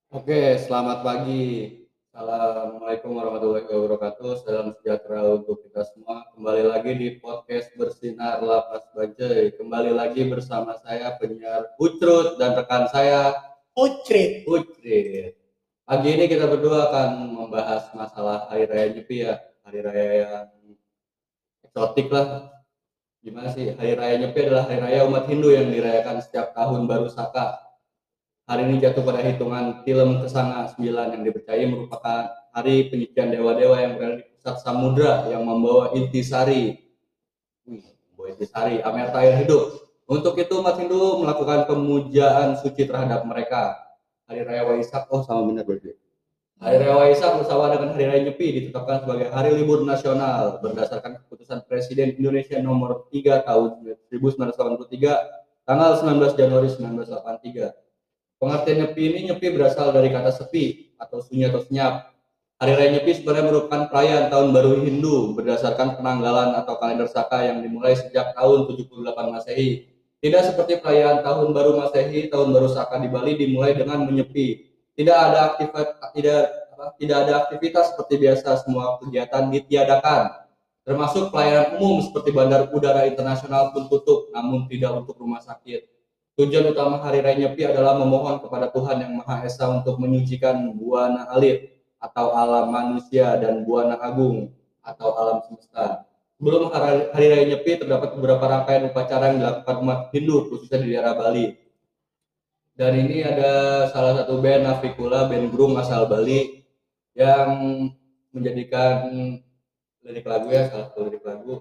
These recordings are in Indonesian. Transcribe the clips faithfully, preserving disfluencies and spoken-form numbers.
Oke, selamat pagi. Assalamualaikum warahmatullahi wabarakatuh. Salam sejahtera untuk kita semua. Kembali lagi di podcast Bersinar Lapas Bajai. Kembali lagi bersama saya penyiar Ucrut dan rekan saya Ucrit. Ucrit. Pagi ini kita berdua akan membahas masalah Hari Raya Nyepi ya. Hari Raya yang eksotik lah. Gimana sih? Hari Raya Nyepi adalah hari raya umat Hindu yang dirayakan setiap tahun baru Saka. Hari ini jatuh pada hitungan Tilem Kesanga sembilan yang dipercayai merupakan hari penyucian dewa-dewa yang berada di pusat samudra yang membawa intisari. Wih, membawa intisari, amerta air hidup. Untuk itu umat Hindu melakukan pemujaan suci terhadap mereka. Hari Raya Waisak, oh sama benar berarti. Hari Raya Waisak bersama dengan Hari Raya Nyepi ditetapkan sebagai hari libur nasional berdasarkan keputusan Presiden Indonesia nomor tiga tahun seribu sembilan ratus delapan puluh tiga tanggal sembilan belas Januari seribu sembilan ratus delapan puluh tiga. Pengertian nyepi ini, nyepi berasal dari kata sepi atau sunyi atau senyap. Hari Raya Nyepi sebenarnya merupakan perayaan tahun baru Hindu berdasarkan penanggalan atau kalender Saka yang dimulai sejak tahun tujuh puluh delapan Masehi. Tidak seperti perayaan tahun baru Masehi, tahun baru Saka di Bali dimulai dengan menyepi. Tidak ada aktivitas tidak tidak ada aktivitas seperti biasa, semua kegiatan ditiadakan. Termasuk pelayanan umum seperti bandar udara internasional pun tutup, namun tidak untuk rumah sakit. Tujuan utama Hari Raya Nyepi adalah memohon kepada Tuhan Yang Maha Esa untuk menyucikan buana alit atau alam manusia dan buana agung atau alam semesta. Sebelum Hari Raya Nyepi terdapat beberapa rangkaian upacara yang dilakukan umat Hindu khususnya di daerah Bali. Dan ini ada salah satu band Navikula, band grung asal Bali yang menjadikan lirik lagu ya, salah satu lirik lagu.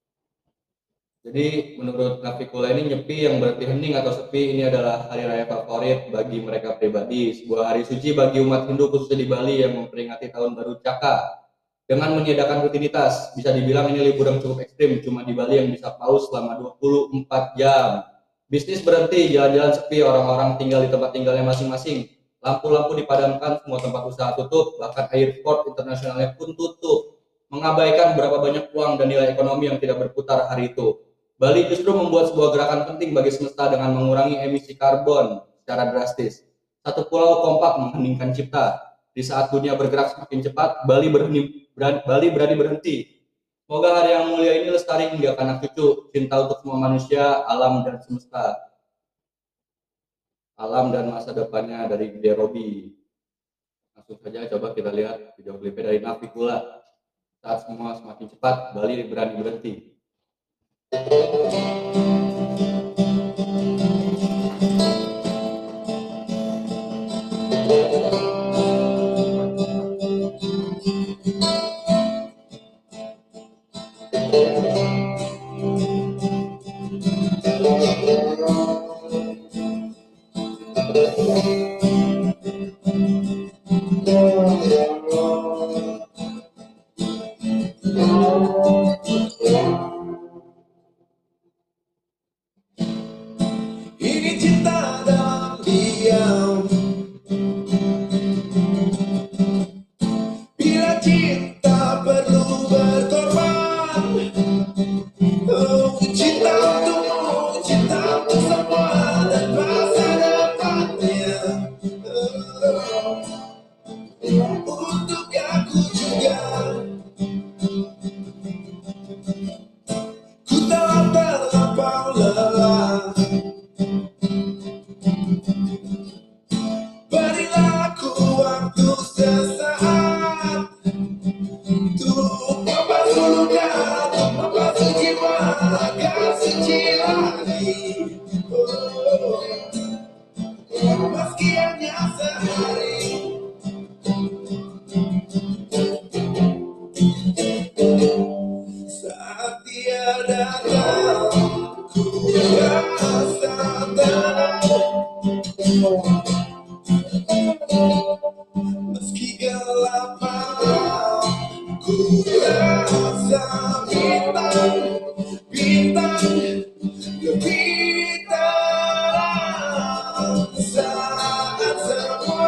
Jadi menurut Navikula ini nyepi yang berarti hening atau sepi ini adalah hari raya favorit bagi mereka pribadi, sebuah hari suci bagi umat Hindu khususnya di Bali yang memperingati tahun baru Caka. Dengan meniadakan rutinitas, bisa dibilang ini libur yang cukup ekstrim, cuma di Bali yang bisa paus selama dua puluh empat jam. Bisnis berhenti, jalan-jalan sepi, orang-orang tinggal di tempat tinggalnya masing-masing. Lampu-lampu dipadamkan, semua tempat usaha tutup, bahkan airport internasionalnya pun tutup. Mengabaikan berapa banyak uang dan nilai ekonomi yang tidak berputar hari itu. Bali justru membuat sebuah gerakan penting bagi semesta dengan mengurangi emisi karbon secara drastis. Satu pulau kompak mengheningkan cipta. Di saat dunia bergerak semakin cepat, Bali berhenti, Bali berani berhenti. Semoga hari yang mulia ini lestari hingga anak cucu, cinta untuk semua manusia, alam dan semesta. Alam dan masa depannya dari Gede Robi. Langsung saja coba kita lihat video klipnya dari Navikula. Saat semua semakin cepat, Bali berani berhenti. Ini cinta dalam diam. Bila cinta perlu berkorban, oh, cinta untukmu, cinta untuk semua dan masa depannya. Oh, untuk aku juga. Ku telah terlampau lelah. Berilah aku waktu sesaat untuk membasuh luka, untuk membasuh jiwa agar suci lagi. Oh, meski hanya sehari. Saat tiada kau, ku rasa tenang. Meski gelap malam, ku rasa bintang, bintang lebih terang. Saat semua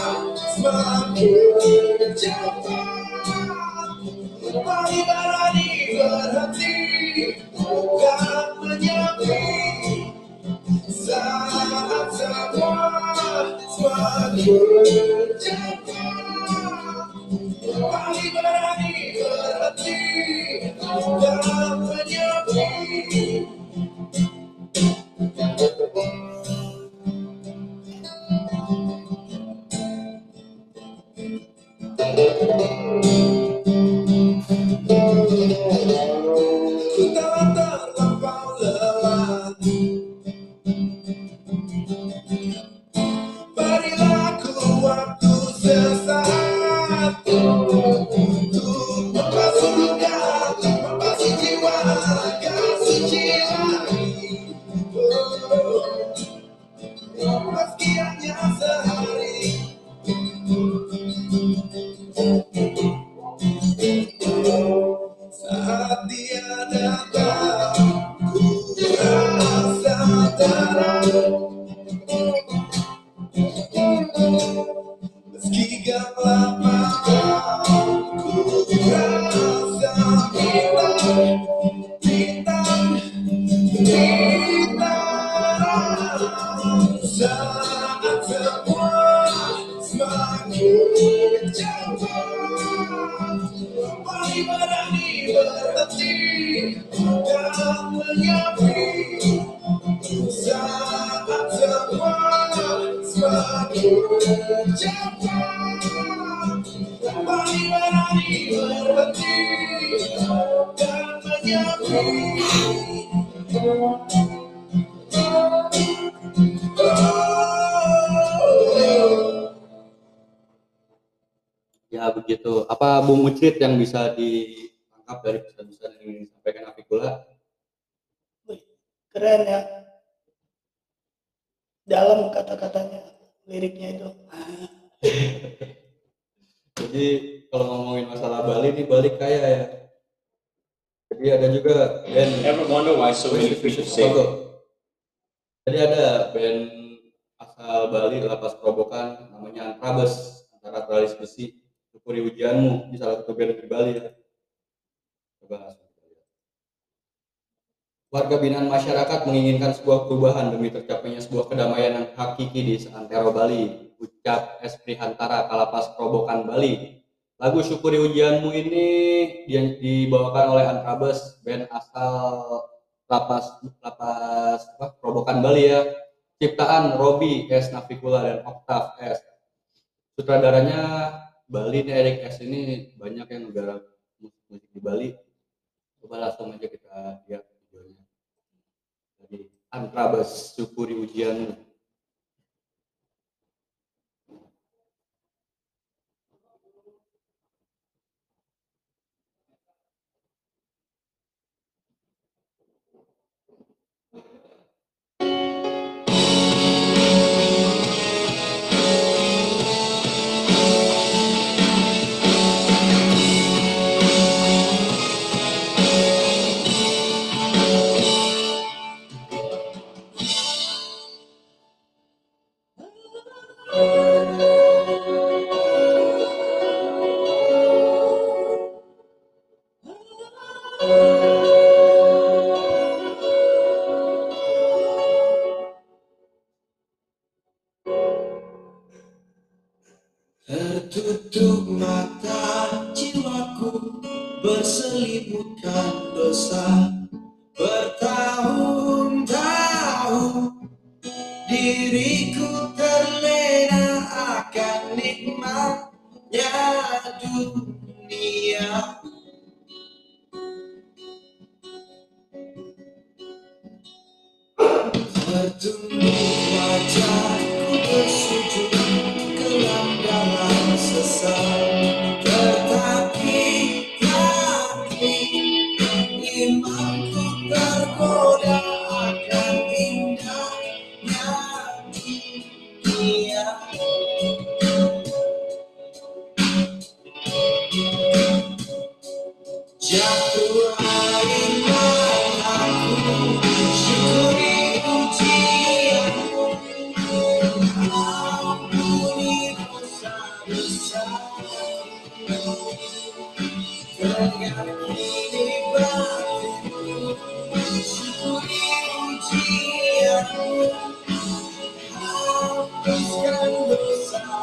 semakin cepat, mari berani berhenti, bukan menyepi. Saat semua semakin paling berani berhenti dan menyepi. Ku telah terlampau lelah, berilah ku waktu sesaat untuk membasuhkan, membasuh jiwa agar suci lagi. Oh, meski hanya sehari. Saat dia datang, ku rasa terang. Meski gelap malam, ku rasa bintang, bintang, bintang. Saat semua semakin cepat, paling berani berhenti dan menyepi. Saat semua semakin cepat, paling berani berhenti dan menyepi. Ya begitu. Apa Bung Ucrit yang bisa ditangkap dari pesan-pesan yang ingin disampaikan Afikula? Wih, keren ya. Dalam kata-katanya, liriknya itu. Jadi kalau ngomongin masalah Bali nih, Bali kaya ya. Jadi ada juga band. Ever wonder why so many people say Jadi ada band asal Bali, Lapas Kerobokan, namanya Antrabes, antara Tralis Besi, Syukuri Ujianmu, di salah satu band di Bali ya. Coba langsung kita lihat. Warga binaan masyarakat menginginkan sebuah perubahan demi tercapainya sebuah kedamaian yang hakiki di seantero Bali. Ucap S. Prihantara, Kalapas Kerobokan Bali. Lagu Syukuri Ujianmu ini di- dibawakan oleh Antrabes, band asal Lapas Lapas apa, Kerobokan Bali ya. Ciptaan Robi S. Navikula dan Octav S. Sutradaranya Bali nih, Erik S. ini banyak yang menggarap musik di Bali. Coba langsung aja kita lihat videonya. Jadi Antrabes, Syukuri Ujianmu. Tertutup mata jiwaku, berselimutkan dosa. Bertahun-tahun diriku terlena akan nikmatnya dunia. Bertunduk wajahku bersujud kelam dalam sesal. Tertatih-tatih imanku tergoda akan indahnya dunia. Jatuh air mataku, syukuri ujianmu. Ampuni dosa-dosaku, terakini batinku. Syukuri ujianmu, hapuskan dosa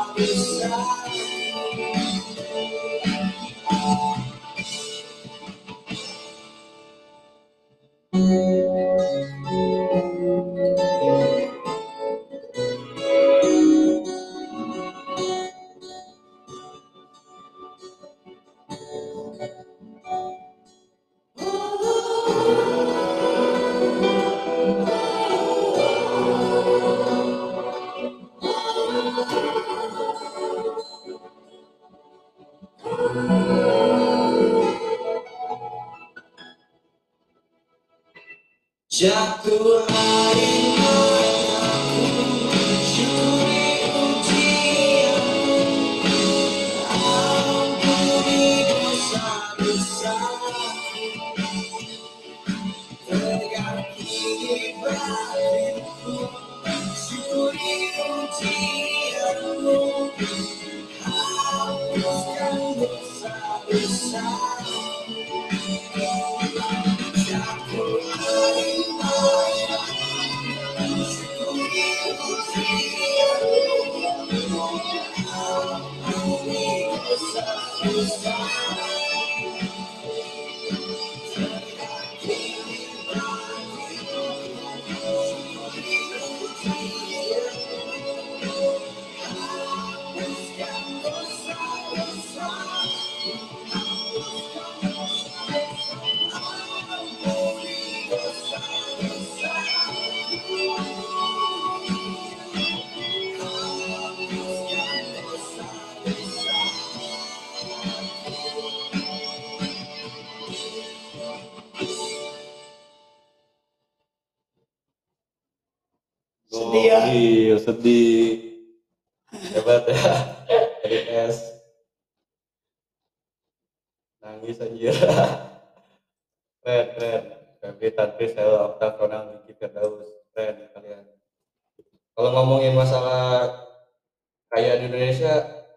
Jatuh air mataku, syukuri ujianmu, ampuni dosa-dosaku, tegar kini batinku, syukuri ujianmu, hapuskan dosa-dosaku. Jatuh air mataku, syukuri ujianmu, ampuni dosa-dosaku, tegar kini batinku, syukuri ujianmu, hapuskan dosa-dosaku. Sedih ya. Gokil, sedih. Hebat ya. Erik S. Nangis anjir. Keren, keren. Febri Tantri, Sela, Oktav, Ronald, Niki, Firdaus. Keren kalian. Kalau ngomongin masalah kaya di Indonesia,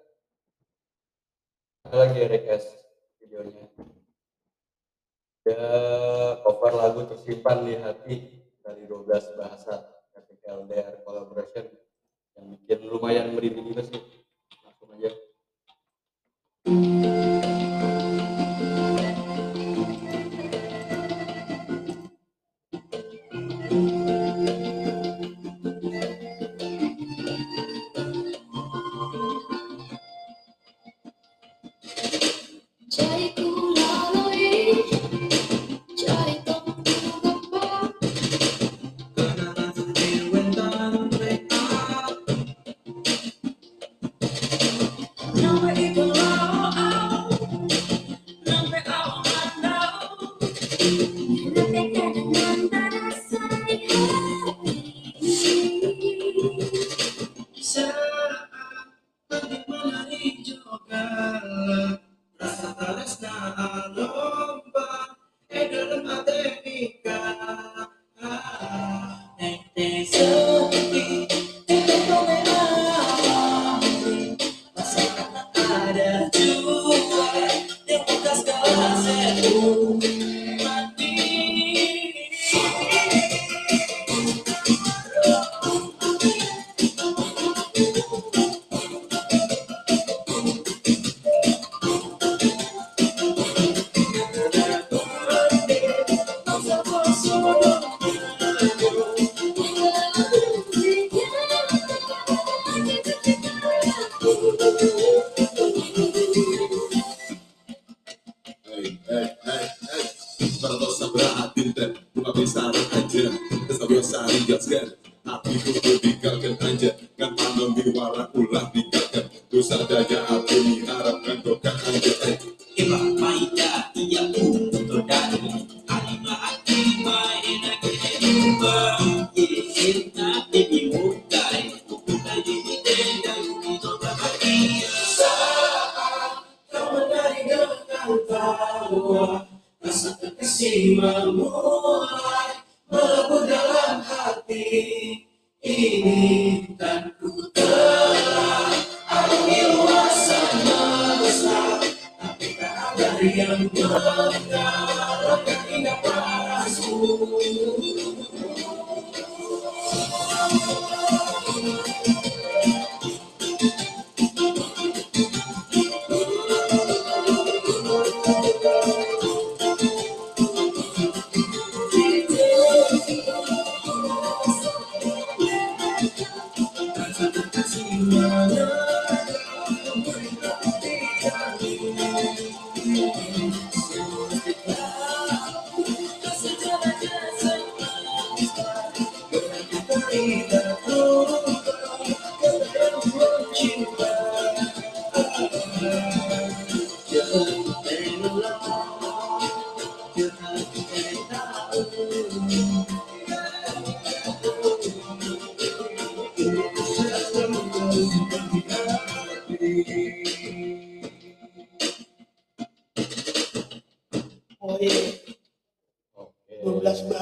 ada lagi Erik S videonya. Dia cover lagu Tersimpan di Hati dari dua belas bahasa ketika L D R collaboration yang bikin lumayan merinding juga sih. Langsung aja. Jadiku lalui, jadi tenggelam. Nampak itu lau, nampak awak mandau, nampak dengan rasa di hati. Saat langit menari jogalah, rasa tresna lomba, eh dalam hati nikah. Ente sepi, ente boleh alami, masakan ada jua, yang bekas kalah seru mati. Hey, hey, hey, hey. Para dosa beratinten, buka besar aja. Desa biasa rigaskan, api itu dikalkan aja. Kan pandang diwara ulah dikalkan. Dosa daya api harapkan doka aja. Eh. Iba maida iya untuk dani, alima atima enak enak cinta ini mutai, bukan ini tendang itu bahagia. Saat kau menari dengan tawa, rasa terkesima memulai melebur dalam hati ini, dan ku telah arungi luasan semesta. Dari yang mengarahkan indah parasmu. Rasa terkasih mana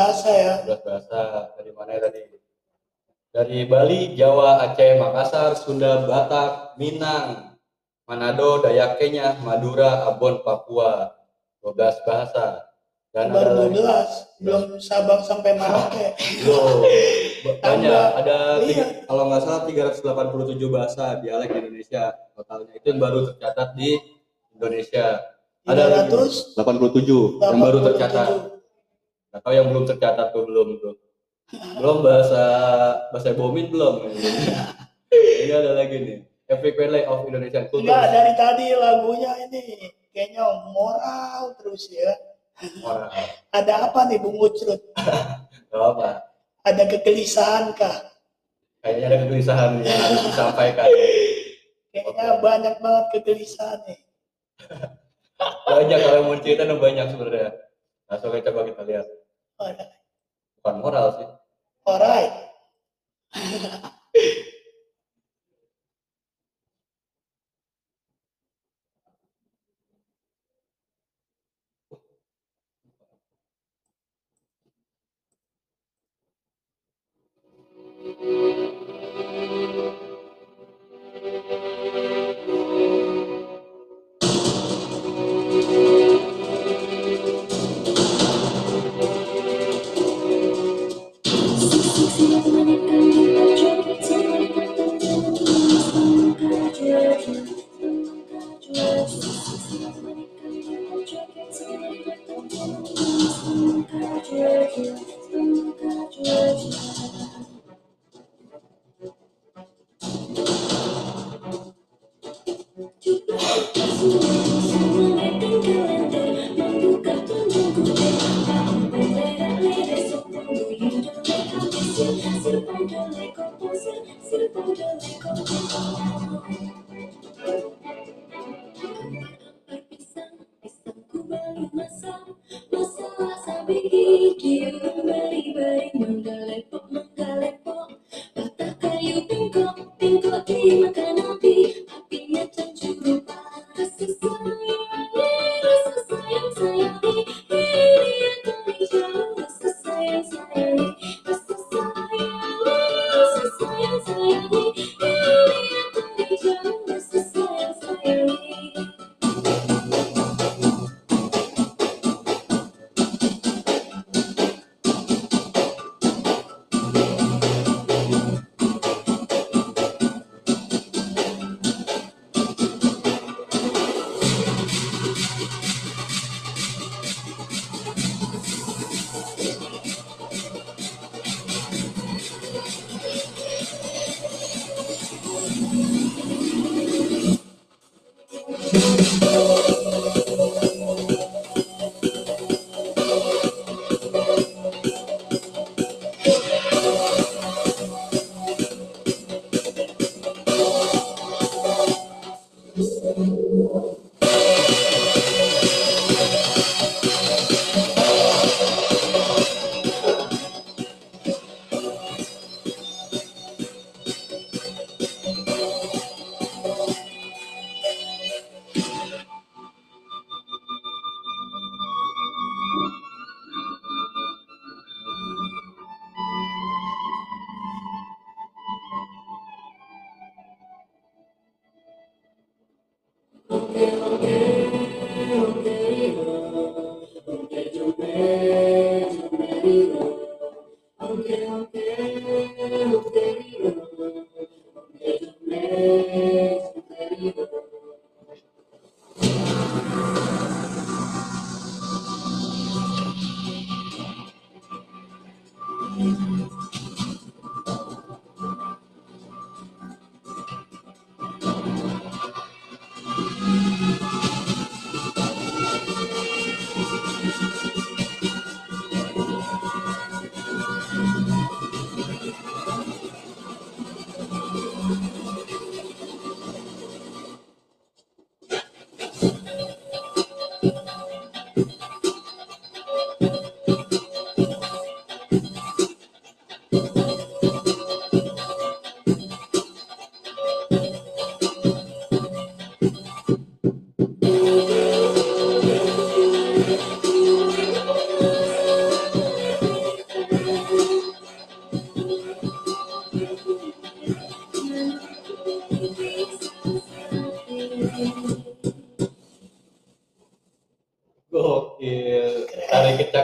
bahasa ya. dua belas bahasa. Dari mana ya tadi? Dari Bali, Jawa, Aceh, Makassar, Sunda, Batak, Minang, Manado, Dayak Kenya, Madura, Ambon, Papua. dua belas bahasa. Dan Baru ada dua lagi belas, belum Sabang sampai Merauke. loh, ba- banyak Tambah, ada tiga, iya. kalau nggak salah tiga ratus delapan puluh tujuh bahasa dialek di Indonesia totalnya, itu yang baru tercatat di Indonesia. Ada lagi tiga ratus delapan puluh tujuh yang baru tercatat. delapan puluh tujuh. Atau yang belum tercatat tuh belum tuh. Belum bahasa bahasa Bomin belum. Ini ada lagi nih. Frequently of Indonesian Enggak, Culture. dari tadi lagunya ini kayaknya moral terus ya. Orang. Ada apa nih Bung Ucrut? Gak apa. Ada kegelisahan kah? Kayaknya ada kegelisahan yang harus disampaikan. Kayaknya banyak banget kegelisahan nih. Banyak kalau mau cerita tuh banyak sebenarnya. Langsung aja coba kita lihat. Alright. Bukan moral sih. Alright.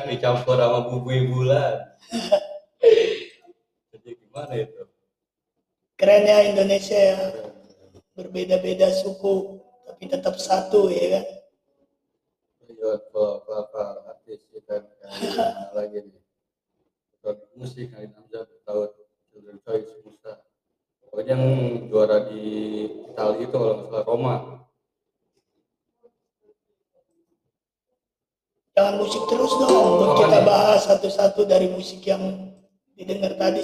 dicampur sama bubui bulan. Jadi gimana itu? Keren ya Indonesia ya. Berbeda-beda suku tapi tetap satu ya kan. Iya, kalau kalau artis kita kayak lagi nih. Kalau musik Kain Hamzah tahun Children Choice Musa. Pokoknya yang juara di Italia itu kalau nggak salah Roma. Jangan musik terus dong. Kita bahas satu-satu dari musik yang didengar tadi.